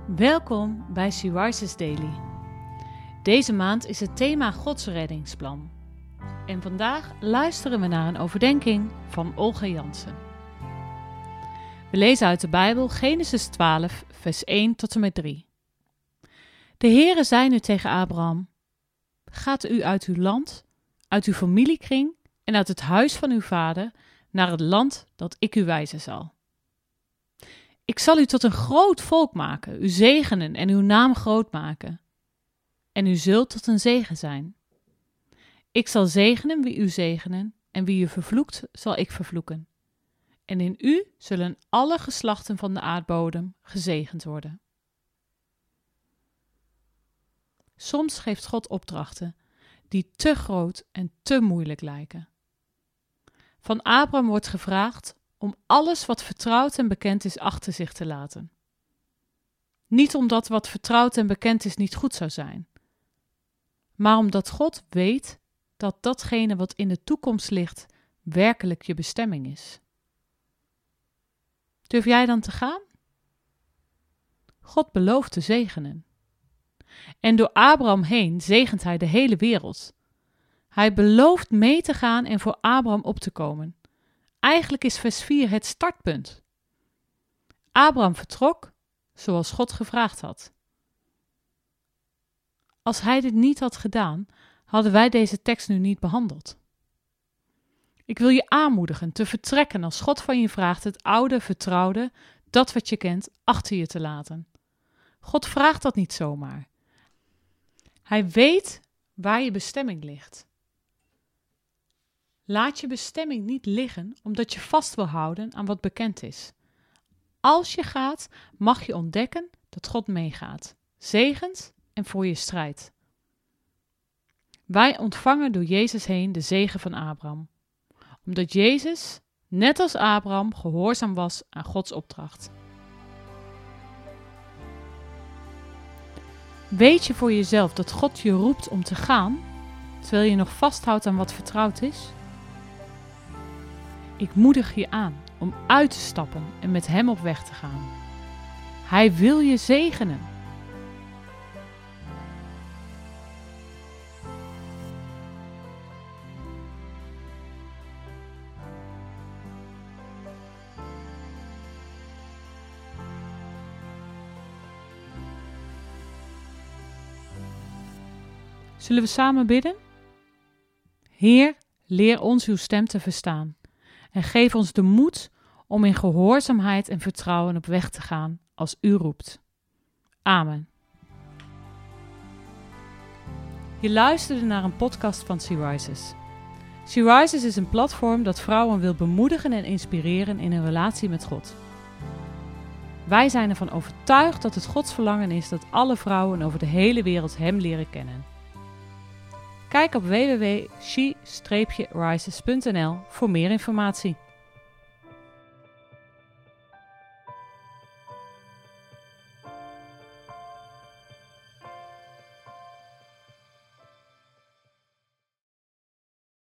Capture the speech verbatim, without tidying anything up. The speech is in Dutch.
Welkom bij She Rises Daily. Deze maand is het thema Gods reddingsplan. En vandaag luisteren we naar een overdenking van Olga Jansen. We lezen uit de Bijbel Genesis twaalf, vers één tot en met drie. De Heere zei nu tegen Abraham: Gaat u uit uw land, uit uw familiekring en uit het huis van uw vader naar het land dat ik u wijzen zal. Ik zal u tot een groot volk maken, u zegenen en uw naam groot maken. En u zult tot een zegen zijn. Ik zal zegenen wie u zegenen, en wie u vervloekt, zal ik vervloeken. En in u zullen alle geslachten van de aardbodem gezegend worden. Soms geeft God opdrachten die te groot en te moeilijk lijken. Van Abraham wordt gevraagd om alles wat vertrouwd en bekend is achter zich te laten. Niet omdat wat vertrouwd en bekend is niet goed zou zijn, maar omdat God weet dat datgene wat in de toekomst ligt werkelijk je bestemming is. Durf jij dan te gaan? God belooft te zegenen. En door Abraham heen zegent hij de hele wereld. Hij belooft mee te gaan en voor Abraham op te komen. Eigenlijk is vers vier het startpunt. Abraham vertrok zoals God gevraagd had. Als hij dit niet had gedaan, hadden wij deze tekst nu niet behandeld. Ik wil je aanmoedigen te vertrekken als God van je vraagt het oude, vertrouwde, dat wat je kent, achter je te laten. God vraagt dat niet zomaar. Hij weet waar je bestemming ligt. Laat je bestemming niet liggen omdat je vast wil houden aan wat bekend is. Als je gaat, mag je ontdekken dat God meegaat, zegent en voor je strijdt. Wij ontvangen door Jezus heen de zegen van Abraham, omdat Jezus, net als Abraham, gehoorzaam was aan Gods opdracht. Weet je voor jezelf dat God je roept om te gaan, terwijl je nog vasthoudt aan wat vertrouwd is? Ik moedig je aan om uit te stappen en met hem op weg te gaan. Hij wil je zegenen. Zullen we samen bidden? Heer, leer ons uw stem te verstaan. En geef ons de moed om in gehoorzaamheid en vertrouwen op weg te gaan als u roept. Amen. Je luisterde naar een podcast van She Rises. She Rises is een platform dat vrouwen wil bemoedigen en inspireren in hun relatie met God. Wij zijn ervan overtuigd dat het Gods verlangen is dat alle vrouwen over de hele wereld hem leren kennen. Kijk op w w w punt she rises punt n l voor meer informatie.